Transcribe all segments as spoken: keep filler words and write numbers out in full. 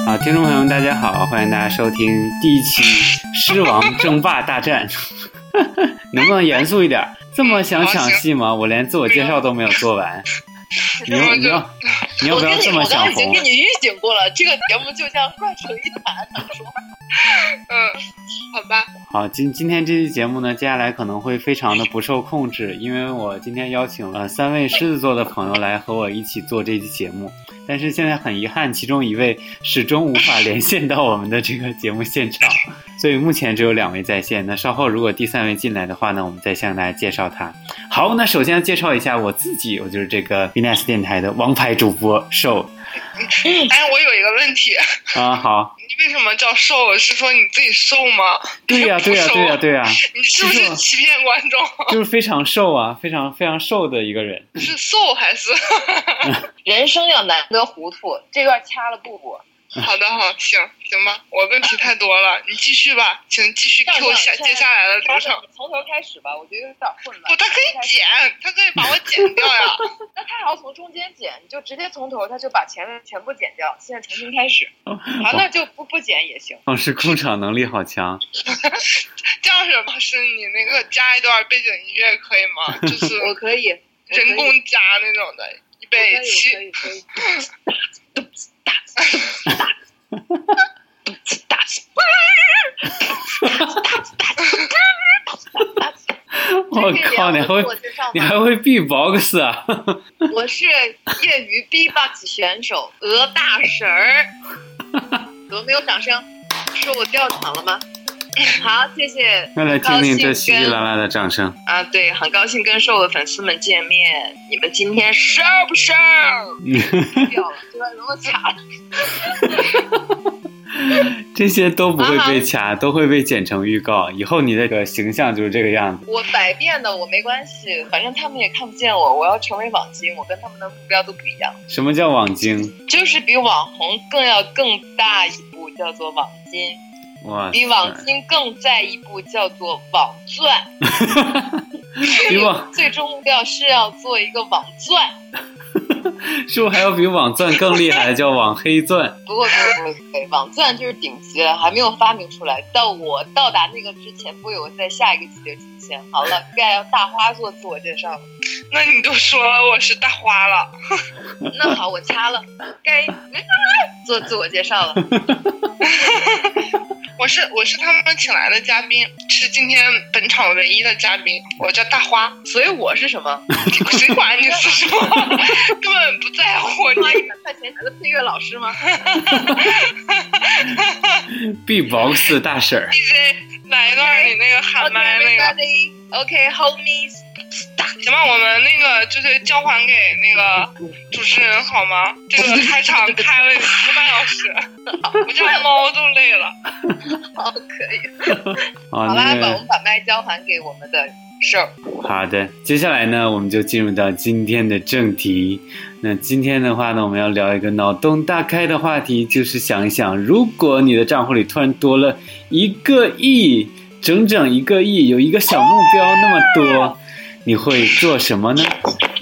好，听众朋友们，大家好，欢迎大家收听第一期狮王争霸大战。能不能严肃一点？这么想抢戏吗？我连自我介绍都没有做完。你要你要你要不要这么想红？ 我刚才已经给你预警过了，这个节目就像乱成一团。说， 嗯，好吧。 好，今今天这期节目呢，接下来可能会非常的不受控制，因为我今天邀请了三位狮子座的朋友来和我一起做这期节目。但是现在很遗憾，其中一位始终无法连线到我们的这个节目现场，所以目前只有两位在线。那稍后如果第三位进来的话呢，我们再向大家介绍他。好，那首先介绍一下我自己，我就是这个 Venus 电台的王牌主播瘦。 哎，我有一个问题啊，好， 你为什么叫瘦？是说你自己瘦吗？ 对呀、啊，对呀、啊，对呀、啊，对呀、啊， 你是不是欺骗观众？ 就是非常瘦啊，非常非常瘦的一个人。 是瘦还是？ 人生要难得糊涂，这段掐了不补。 好的，好，行行吧，我问题太多了，你继续吧，请继续 Q 下接下来的流程。 从头开始吧，我觉得有点混乱。 不，他可以剪，他可以把我剪掉呀。 那他还要从中间剪，你就直接从头，他就把前面全部剪掉，现在重新开始。好，那就不不剪也行。 当时控场能力好强。 这样是老师，你那个加一段背景音乐可以吗？就是我可以人工加那种的，预备起。 可以可以。 我靠，你还会你还会 B-box 啊？ 我是业余 B-box 选手鹅大婶儿。有没有掌声？说我掉场了吗？好，谢谢。 那来听听这稀稀拉拉的掌声啊！对，很高兴跟瘦的粉丝们见面。你们今天瘦不瘦？掉了，这边怎么卡了？ 这些都不会被掐，都会被剪成预告。以后你这个形象就是这个样子。 我百变的，我没关系，反正他们也看不见我。我要成为网精，我跟他们的目标都不一样。 什么叫网精？ 就是比网红更要更大一步，叫做网金。 哇， 比网金更在一步，叫做网钻。 比网最终目标是要做一个网钻。 是不是还有比网钻更厉害的叫网黑钻？ 不过不不不，网钻就是顶级了，还没有发明出来。到我到达那个之前，不会有在下一个级别出现。好了，该要大花做自我介绍了。 那你都说了我是大花了。 那好，我掐了。该做自我介绍了。 我是我是他们请来的嘉宾，是今天本场唯一的嘉宾，我叫大花。 所以我是什么？ 谁管你是什么？根本不在乎你。 花一百块钱的配乐老师吗 ？B-box 大婶儿。 D J 来一段你那个喊麦那个。 OK，homies。 行吧，我们那个就是交还给那个主持人好吗？这个开场开了一个半小时，我家猫都累了。 好，可以。 好， 好吧， 那个、 我们把麦交还给我们的瘦。 好的，接下来呢，我们就进入到今天的正题。那今天的话呢，我们要聊一个脑洞大开的话题，就是想一想，如果你的账户里突然多了一个亿，整整一个亿，有一个小目标那么多。你会做什么呢？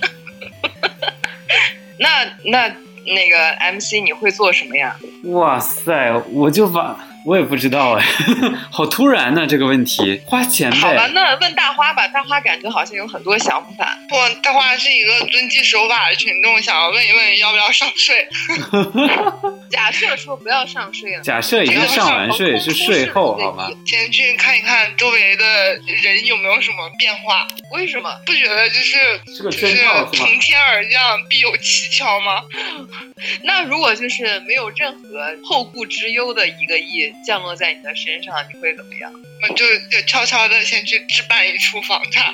那那那个 M C 你会做什么呀？ 哇塞，我就把我也不知道哎，好突然呢、啊、这个问题，花钱呗。 好吧，那问大花吧，大花感觉好像有很多想法。 不，大花是一个遵纪守法的群众，想要问一问要不要上税。 假设说不要上税了， 假设已经上完税，是税后好吗？ 先去看一看周围的人有没有什么变化。 为什么不觉得就是是个圈套就是从天而降必有蹊跷吗？ 那如果就是没有任何后顾之忧的一个亿降落在你的身上，你会怎么样？ 我就就悄悄的先去置办一处房产。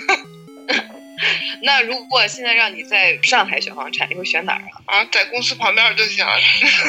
那如果现在让你在上海选房产，你会选哪儿啊？ 啊，在公司旁边就行了。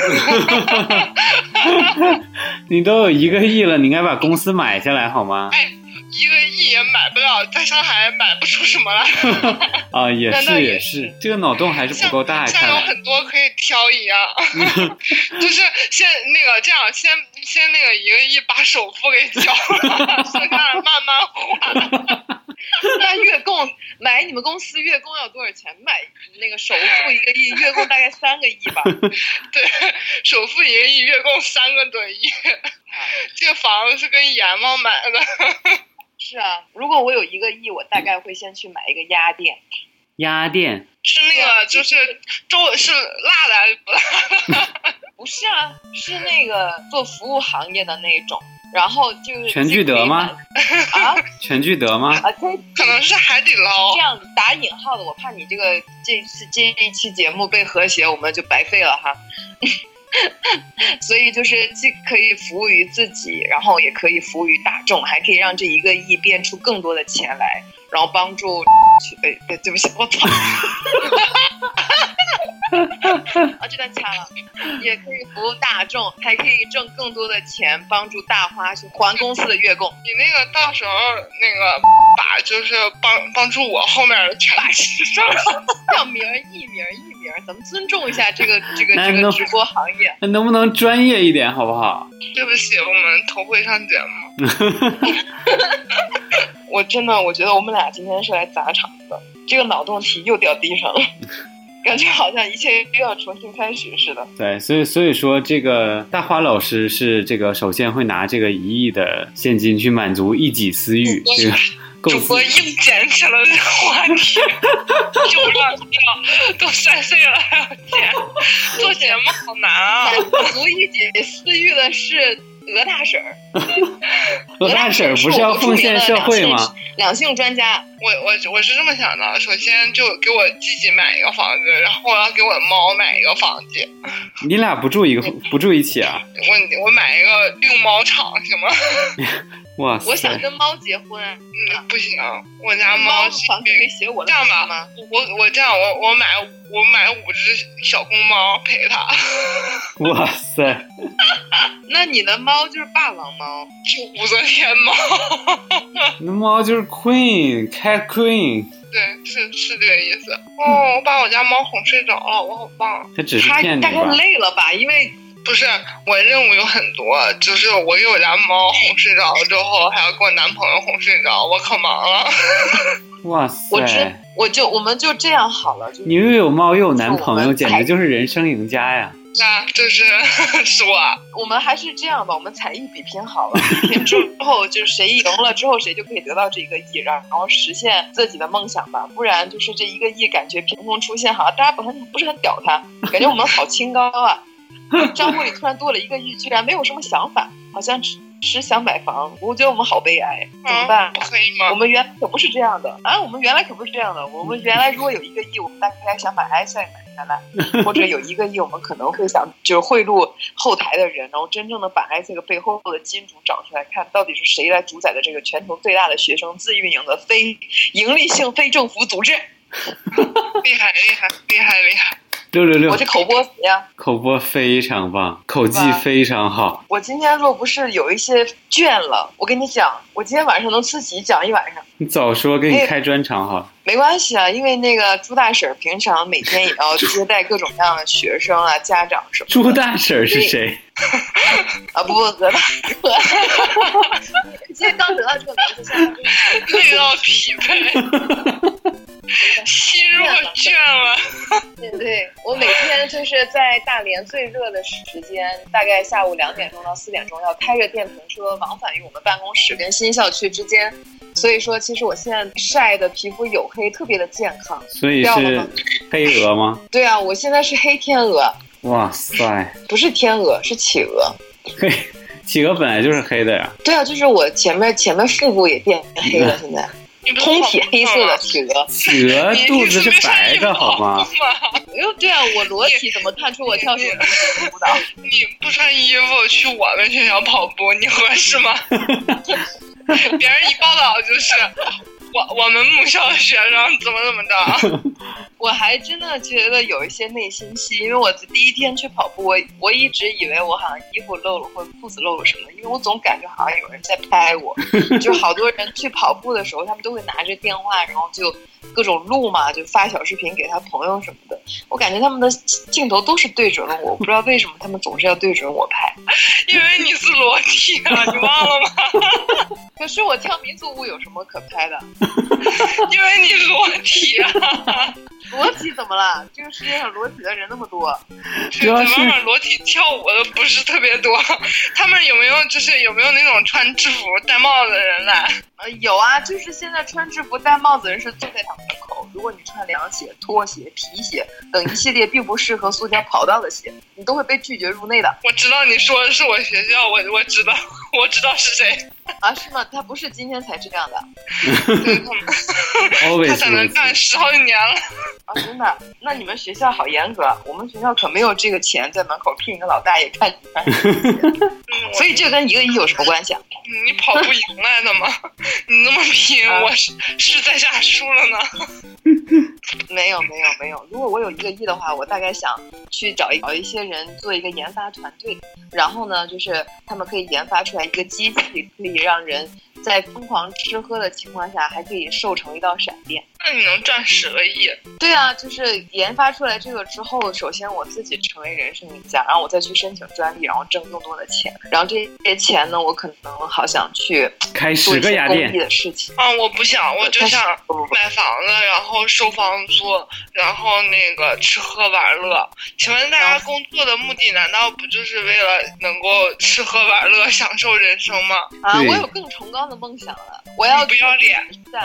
你都有一个亿了，你应该把公司买下来好吗？ 哎，一个亿也买不了，在上海买不出什么来。 啊，也是也是，这个脑洞还是不够大。 像有很多可以挑一样，就是先那个这样，先先那个一个亿把首付给交了，剩下的慢慢还。 那月供买你们公司月供要多少钱？买那个首付一个亿，月供大概三个亿吧。 对，首付一个亿，月供三个多亿。这个房子是跟阎王买的。 是啊，如果我有一个亿，我大概会先去买一个鸭店。 鸭店是那个就是周是辣的还是不辣的？ 不是啊，是那个做服务行业的那种，然后就是全聚德吗？ 啊， 全聚德吗？ 啊，这可能是海底捞。 这样打引号的，我怕你这个这次这一期节目被和谐，我们就白费了哈。所以就是既可以服务于自己，然后也可以服务于大众，还可以让这一个亿变出更多的钱来，然后帮助去。哎，对不起，我操！啊，这段掐了。也可以服务大众，还可以挣更多的钱，帮助大花去还公司的月供。 你那个到时候那个把就是帮帮助我后面的全吃上， 叫名儿艺名艺名，咱们尊重一下这个这个这个直播行业。 那能不能专业一点，好不好？ 对不起，我们头会上节目。 我真的，我觉得我们俩今天是来砸场的，这个脑洞题又掉地上了。感觉好像一切又要重新开始似的。 对，所以所以说这个大花老师是这个首先会拿这个一亿的现金去满足一己私欲，这个主播硬捡起了这个话题，就让掉，都三岁了还要捡，做节目好难啊！ 满足一己私欲的是鹅大婶儿。 鹅大婶儿不是要奉献社会吗？ 两性专家， 我我我是这么想的，首先就给我自己买一个房子，然后我要给我的猫买一个房子。 你俩不住一个不住一起啊？ 我我买一个遛猫场行吗？ 哇塞！ 我想跟猫结婚。 嗯，不行，我家猫房子可以写我的。 这样吧，我我这样我我买我买五只小公猫陪它。 哇塞！ 那你的猫就是霸王猫， 是武则天猫。 那猫就是 Queen Cat Queen。 对，是是这个意思。哦，我把我家猫哄睡着了，我好棒。 它只是骗你吧？ 它大概累了吧？因为不是我任务有很多，就是我给我家猫哄睡着了之后，还要给我男朋友哄睡着，我可忙了。 哇塞！ 我知，我就我们就这样好了。 你又有猫又有男朋友，简直就是人生赢家呀！ 那就是是我。 我们还是这样吧，我们才艺比拼好了，比拼之后就是谁赢了之后，谁就可以得到这一个亿，然后实现自己的梦想吧。不然就是这一个亿感觉凭空出现，好像大家不很不是很屌他，感觉我们好清高啊。账户里突然多了一个亿，居然没有什么想法，好像只是想买房。我觉得我们好悲哀，怎么办？ 不可以吗？ 我们原来可不是这样的啊！我们原来可不是这样的。我们原来如果有一个亿，我们大概想把 i 赛买下来，或者有一个亿，我们可能会想就是贿赂后台的人，然后真正的把 i 这个背后的金主找出来，看到底是谁来主宰的这个全球最大的学生自运营的非盈利性非政府组织。 厉害厉害厉害厉害！ 六六六！ 我这口播怎么样？ 口播非常棒，口技非常好。 我今天若不是有一些倦了，我跟你讲，我今天晚上能自己讲一晚上。 你早说，给你开专场好了。 没关系啊，因为那个朱大婶平常每天也要接待各种各样的学生啊、家长什么的。 朱大婶是谁？ 啊不不，鹅大婶。今天刚得到这个名字， 累到匹配。心若倦了。 对对，我每天就是在大连最热的时间，大概下午两点钟到四点钟，要开着电瓶车往返于我们办公室跟新校区之间。所以说，其实我现在晒的皮肤黝黑，特别的健康。 所以是黑鹅吗？ 对啊，我现在是黑天鹅。 哇塞！ 不是天鹅，是企鹅。 嘿，企鹅本来就是黑的呀。 对啊，就是我前面前面腹部也变黑了，现在。通体黑色的企鹅， 企鹅肚子是白的，好吗？ 哟，对啊，我裸体怎么看出我跳什么舞蹈？ 你不穿衣服去我们学校跑步，你合适吗？别人一报道就是我我们母校的学生怎么怎么着。 我还真的觉得有一些内心戏，因为我第一天去跑步，我我一直以为我好像衣服漏了或者裤子漏了什么，因为我总感觉好像有人在拍我，就好多人去跑步的时候，他们都会拿着电话，然后就各种录嘛，就发小视频给他朋友什么的。我感觉他们的镜头都是对准了我，我不知道为什么他们总是要对准我拍， 因为你是裸体啊，你忘了吗？ 可是我跳民族舞有什么可拍的？ 因为你裸体啊。 裸体怎么了？这个世界上裸体的人那么多， 主要是在外面裸体跳舞的不是特别多。他们有没有就是有没有那种穿制服戴帽子的人来？ 呃，有啊，就是现在穿制服戴帽子的人是坐在他门口。如果你穿凉鞋、拖鞋、皮鞋等一系列并不适合塑胶跑道的鞋，你都会被拒绝入内的。 我知道你说的是我学校，我我知道，我知道是谁。 啊，是吗？他不是今天才这样的。 对，他们，他在那干十好几年了。 啊，真的？那你们学校好严格，我们学校可没有这个钱在门口聘一个老大爷看你穿什么。所以这跟一个一有什么关系啊？ 你跑步赢来的吗？你那么拼，啊、我是是在下输了呢。 没有没有没有，如果我有一个亿的话，我大概想去找一找一些人做一个研发团队，然后呢，就是他们可以研发出来一个机器，可以让人在疯狂吃喝的情况下，还可以瘦成一道闪电。 那你能赚十个亿？ 对啊，就是研发出来这个之后，首先我自己成为人生赢家，然后我再去申请专利，然后挣更多的钱，然后这些钱呢，我可能好想去开十个雅典的事情啊！我不想，我就想买房子，然后收房租，然后那个吃喝玩乐。请问大家工作的目的难道不就是为了能够吃喝玩乐、享受人生吗？ 啊，我有更崇高的梦想了，我要不要脸。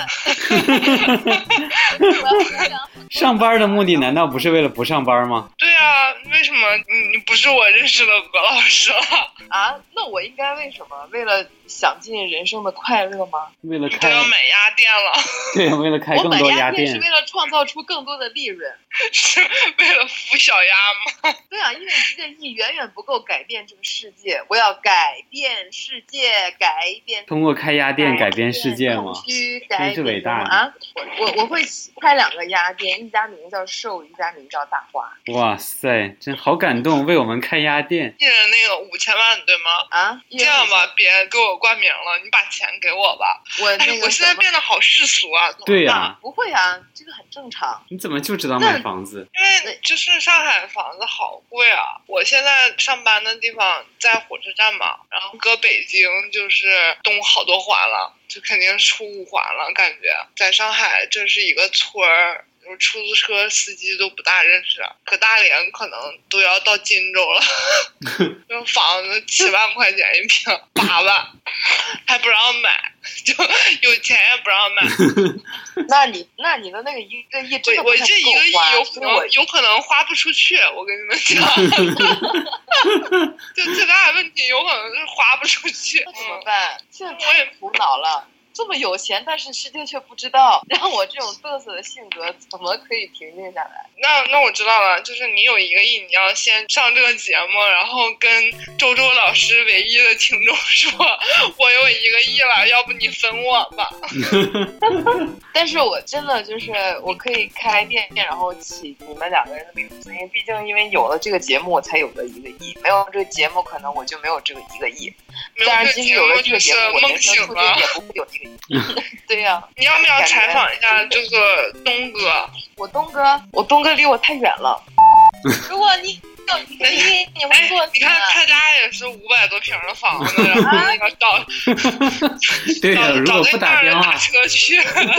上班的目的难道不是为了不上班吗？ 对啊，为什么你你不是我认识的鹅老师了啊？那我应该为什么？为了享尽人生的快乐吗？ 为了开你都要买鸭店了？ 对，为了开更多鸭店。 我买鸭店是为了创造出更多的利润， 是为了扶小鸭吗？ 对啊，因为一个亿远远不够改变这个世界，我要改变世界，改变。 通过开鸭店改变世界吗？真是伟大啊！我我我会开两个鸭店，一家名叫寿，一家名叫大花。 哇塞，真好感动，为我们开鸭店。 一人那个五千万对吗？ 啊， 这样吧，别给我冠名了，你把钱给我吧。 我那个、 哎、我现在变得好世俗啊。 对呀、啊， 不会啊，这个很正常。 你怎么就知道买房子？ 因为就是上海房子好贵啊。我现在上班的地方在火车站嘛，然后搁北京就是东好多环了。就肯定出五环了，感觉在上海这是一个村儿，出租车司机都不大认识，可大连可能都要到荆州了。这房子七万块钱一平，八万还不让买，就有钱也不让买。 那你那你的那个一个亿真的我这一个亿有可能有可能花不出去，我跟你们讲。就最大的问题有可能是花不出去， 那怎么办？现在我也苦恼了。这么有钱，但是世界却不知道，让我这种嘚瑟的性格怎么可以平静下来？ 那那我知道了，就是你有一个亿，你要先上这个节目，然后跟周周老师唯一的听众说，我有一个亿了，要不你分我吧。 但是我真的就是我可以开店，然后起你们两个人的名字，因为毕竟因为有了这个节目，我才有了一个亿，没有这个节目，可能我就没有这个一个亿。当然，即使有了这个节目，我人生注定也不会有一个亿。对呀、啊， 你要不要采访一下这个东哥？ 我东哥，我东哥离我太远了。如果你有一个亿，你会做什么？ 你看他家也是五百多平的房子，然后那个找对呀、啊，如果不打电话， 打车去。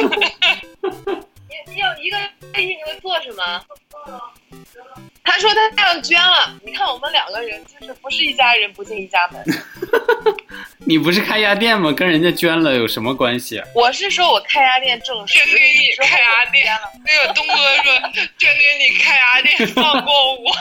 你你有一个亿，你会做什么？他说他要捐了，你看我们两个人就是不是一家人不进一家门。 你不是开鸭店吗？跟人家捐了有什么关系啊？ 我是说我开鸭店挣十捐给你开鸭店，那个东哥说捐给你开鸭店放过我。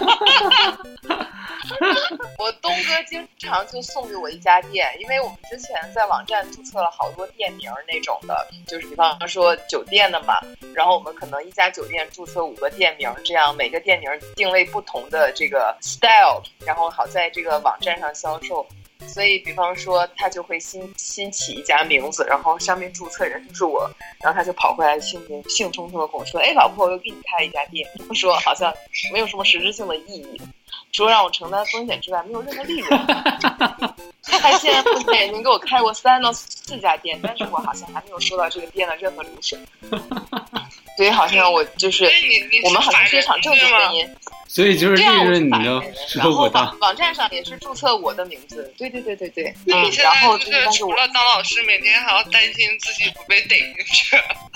我东哥经常就送给我一家店，因为我们之前在网站注册了好多店名那种的，就是比方说酒店的嘛，然后我们可能一家酒店注册五个店名，这样每个店名定位不同的这个 style， 然后好在这个网站上销售。所以比方说他就会新新起一家名字，然后上面注册人就是我然后他就跑回来兴兴冲冲的跟我说，哎，老婆，我又给你开一家店。我说好像没有什么实质性的意义，除了让我承担风险之外没有任何利润。他现在目前已经给我开过三到四家店，但是我好像还没有收到这个店的任何流水。所以好像我就是我们好像是一场政治婚姻， 所以就是利润你都收不到。 网网站上也是注册我的名字，对对对对对。 嗯，然后就是除了当老师，每天还要担心自己不被逮进去。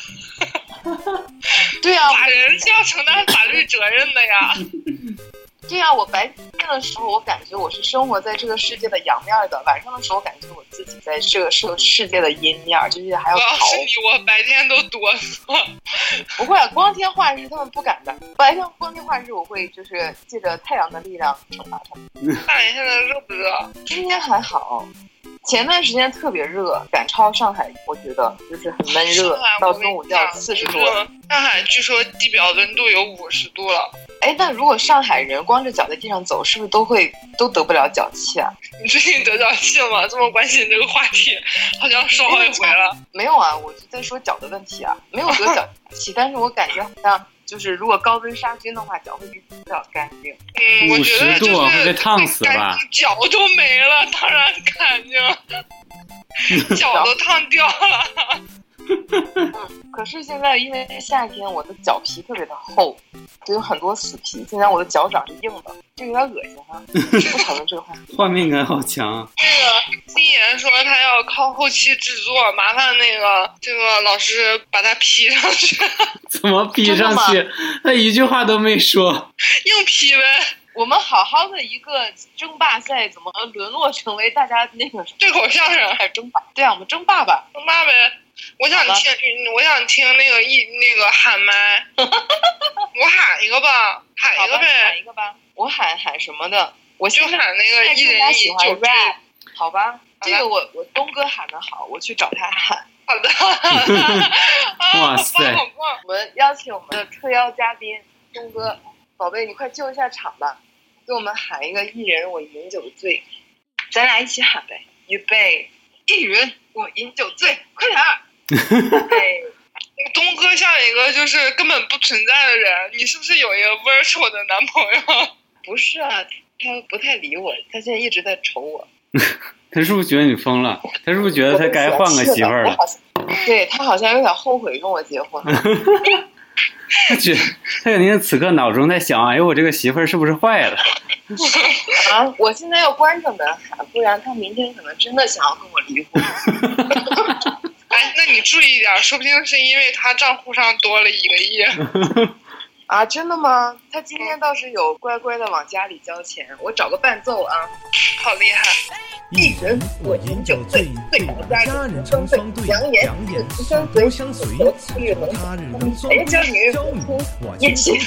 对啊， 法人是要承担法律责任的呀。 对啊，我白天的时候我感觉我是生活在这个世界的阳面的，晚上的时候我感觉我自己在这个世世界的阴面，就是还要逃。 我要是你，我白天都哆嗦。 不会啊，光天化日他们不敢的。白天光天化日我会就是借着太阳的力量惩罚他们。 大连现在热不热？ 今天还好。前段时间特别热，赶超上海，我觉得就是很闷热，到中午就要四十度。 上海据说地表温度有五十度了。 哎，但如果上海人光着脚在地上走，是不是都会都得不了脚气啊？ 你最近得脚气了吗？这么关心这个话题，好像说好一回了。 没有啊，我就在说脚的问题啊，没有得脚气，但是我感觉好像就是如果高温杀菌的话，脚会比较干净。 嗯，我觉得就是会被烫死吧？ 脚都没了，当然干净，脚都烫掉了。 嗯，可是现在因为夏天，我的脚皮特别的厚，就有很多死皮。现在我的脚掌是硬的，这有点恶心啊！不讨论这个话题。 画面感好强。 那个金妍说他要靠后期制作，麻烦那个这个老师把它 P 上去。 怎么 P 上去？他一句话都没说。 硬 P 呗。 我们好好的一个争霸赛，怎么沦落成为大家那个对口相声还是争霸？对啊，我们争霸吧， 争霸呗。我想听，我想听那个一那个喊麦，我喊一个吧，喊一个呗， 喊一个吧。我喊喊什么的？我就喊那个一人一酒醉， 好吧？这个我我东哥喊的好，我去找他喊。 好的。 哇塞！ 好棒！ 我们邀请我们的特邀嘉宾东哥，宝贝，你快救一下场吧，给我们喊一个一人我饮酒醉，咱俩一起喊呗，预备，一人我饮酒醉，快点儿！哎， 东哥像一个就是根本不存在的人，你是不是有一个 virtual 的男朋友？ 不是啊，他不太理我，他现在一直在瞅我。 他是不是觉得你疯了？他是不是觉得他该换个媳妇儿了？ 对，他好像有点后悔跟我结婚了。 他觉得他肯定此刻脑中在想：哎呦，我这个媳妇儿是不是坏了？ 啊！我现在要关着门喊，不然他明天可能真的想要跟我离婚。 哎，那你注意一点，说不定是因为他账户上多了一个亿。 啊，真的吗？他今天倒是有乖乖的往家里交钱，我找个伴奏啊， 好厉害！ 一人我饮酒醉，醉倒家人成双对，两眼互相随，我他日能他日能哎，教你我也行。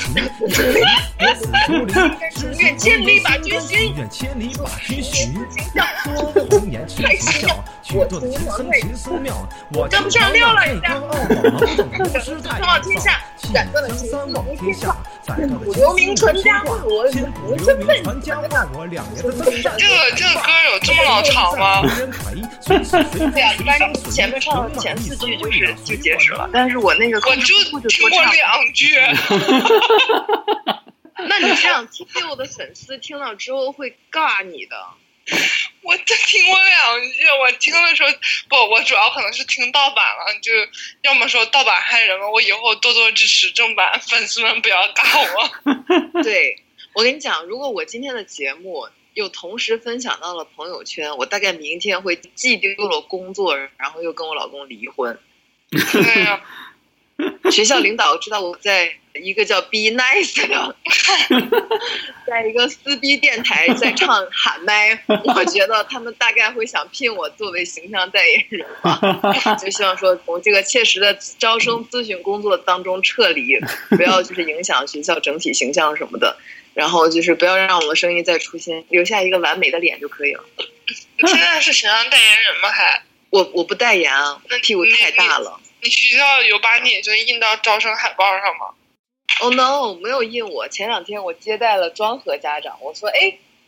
只愿千里把君寻，千里把君寻。多个红颜去嬉笑，我情郎太寺庙，我跟不上料了，人家。通往天下，斩断了情丝往天下。苦留名传家话，我我身份传家话，我两年的这个这个歌有这么老长吗？ 对啊，一般前面唱前四句就是就结束了，但是我那个我就听过两句。 那你这样听我的粉丝听到之后会尬你的。 我就听过两句，我听的时候不，我主要可能是听盗版了，就要么说盗版害人了，我以后多多支持正版，粉丝们不要尬我。 对，我跟你讲，如果我今天的节目又同时分享到了朋友圈，我大概明天会既丢了工作，然后又跟我老公离婚。 对呀、 啊，学校领导知道我在一个叫 Be Nice 的，在一个撕逼电台在唱喊麦，我觉得他们大概会想聘我作为形象代言人吧，就希望说从这个切实的招生咨询工作当中撤离，不要就是影响学校整体形象什么的，然后就是不要让我们声音再出现，留下一个完美的脸就可以了。 你现在是形象代言人吗？还我我不代言啊，那屁股太大了。 你, 你, 你学校有把你就印到招生海报上吗？ Oh no， 没有印我。前两天我接待了庄河家长，我说，哎，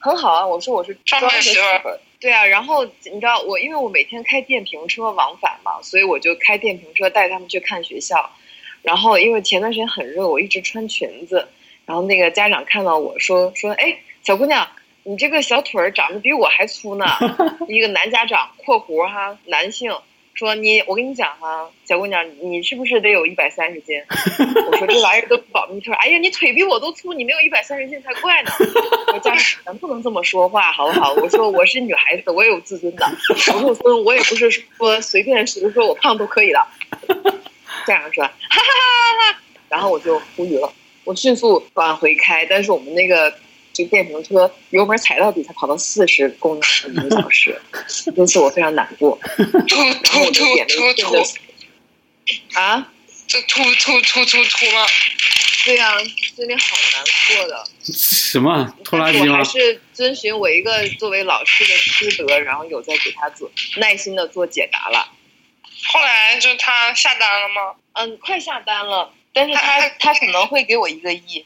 很好啊，我说我是装的媳妇儿。 对啊，然后你知道我，因为我每天开电瓶车往返嘛，所以我就开电瓶车带他们去看学校。然后因为前段时间很热，我一直穿裙子，然后那个家长看到我说说，哎，小姑娘，你这个小腿儿长得比我还粗呢。一个男家长（括弧哈，男性）说你，我跟你讲哈，小姑娘，你是不是得有一百三十斤？我说这玩意儿都保密特，哎呀，你腿比我都粗，你没有一百三十斤才怪呢。我家长咱不能这么说话，好不好？我说我是女孩子，我也有自尊的。我说我说我也不是说随便谁说我胖都可以的。家长说哈哈哈哈，然后我就无语了，我迅速往回开，但是我们那个这电瓶车油门踩到底才跑到四十公里一个小时，因此我非常难过。 突突突突突啊！ 这突突突突突了。 对呀、啊，心里好难过的。 什么拖拉机吗？ 我还是遵循我一个作为老师的师德，然后有在给他做耐心的做解答了。 后来就他下单了吗？ 嗯，快下单了，但是他他可能会给我一个亿。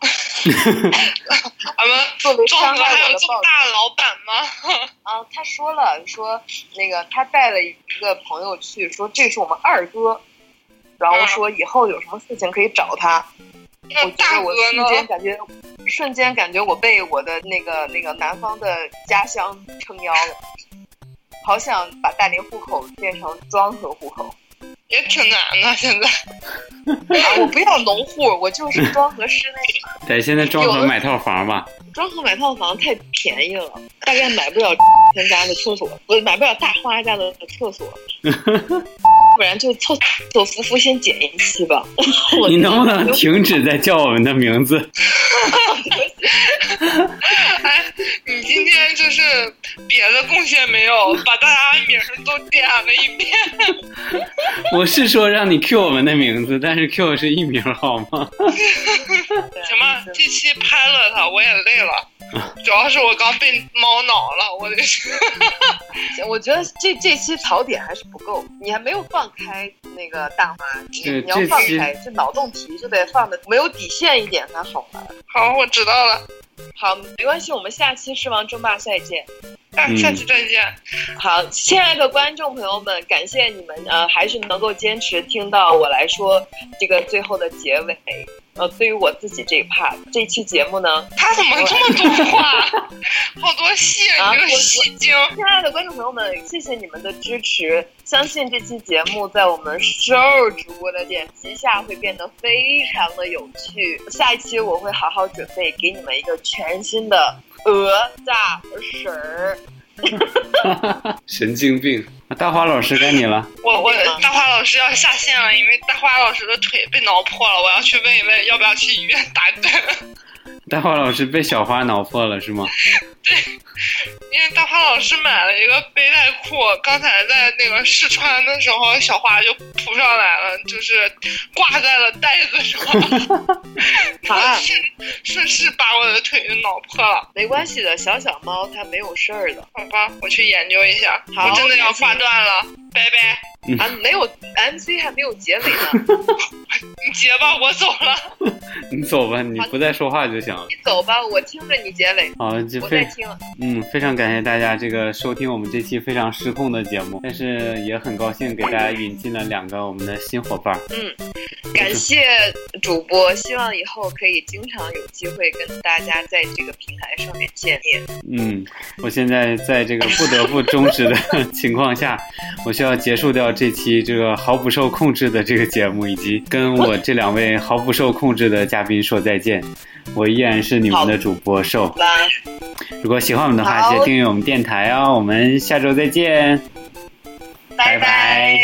俺们作为庄子还有这么大的老板吗？ 啊，他说了，说那个他带了一个朋友去，说这是我们二哥，然后说以后有什么事情可以找他。 那大哥呢？ 我瞬间感觉，瞬间感觉我被我的那个那个南方的家乡撑腰了，好想把大连户口变成庄河户口。 也挺难的，现在。 啊，我不要农户，我就是庄河市内。 在现在庄河买套房吧。 庄河买套房太便宜了，大概买不了他家的厕所，不是买不了大花家的厕所。不然就凑凑福福先剪一期吧。 你能不能停止再叫我们的名字？ 哎，你今天就是别的贡献没有，把大家名都点了一遍。 我是说让你 Q 我们的名字，但是 Q 是艺名好吗？ 行吧，这期拍了它，我也累了。主要是我刚被猫挠了，我得是。 我觉得这这期槽点还是不够，你还没有放开那个大花，你你要放开，这脑洞题就得放的没有底线一点才好玩。 好，我知道了。 好，没关系，我们下期狮王争霸赛见。 嗯，下期再见。 好，亲爱的观众朋友们，感谢你们呃，还是能够坚持听到我来说这个最后的结尾。呃，对于我自己这一 part， 这期节目呢， 他怎么这么多话，好多戏啊！你这个戏精。 亲爱的观众朋友们，谢谢你们的支持，相信这期节目在我们瘦主播的剪辑下会变得非常的有趣。下一期我会好好准备，给你们一个全新的鹅大婶儿。 神经病！大花老师该你了。 我我大花老师要下线了，因为大花老师的腿被挠破了，我要去问一问要不要去医院打针。 大花老师被小花挠破了是吗？ 对，因为大花老师买了一个背带裤，刚才在那个试穿的时候，小花就扑上来了，就是挂在了带子上， 啊， 顺势把我的腿就挠破了。 没关系的，小小猫它没有事儿的。 好吧，我去研究一下。 好， 我真的要挂断了，拜拜。 嗯、啊，没有 M C 还没有结尾呢。 你结吧，我走了。 你走吧，你不再说话就行了。 你走吧，我听着你结尾。 好，就我在听。 嗯，非常感谢大家这个收听我们这期非常失控的节目，但是也很高兴给大家引进了两个我们的新伙伴。 嗯，感谢主播，希望以后可以经常有机会跟大家在这个平台上面见面。 嗯，我现在在这个不得不终止的情况下，我需要结束掉这期这个毫不受控制的这个节目，以及跟我这两位毫不受控制的嘉宾说再见。我依然是你们的主播寿。如果喜欢我们的话，记得订阅我们电台哦。我们下周再见， 拜拜。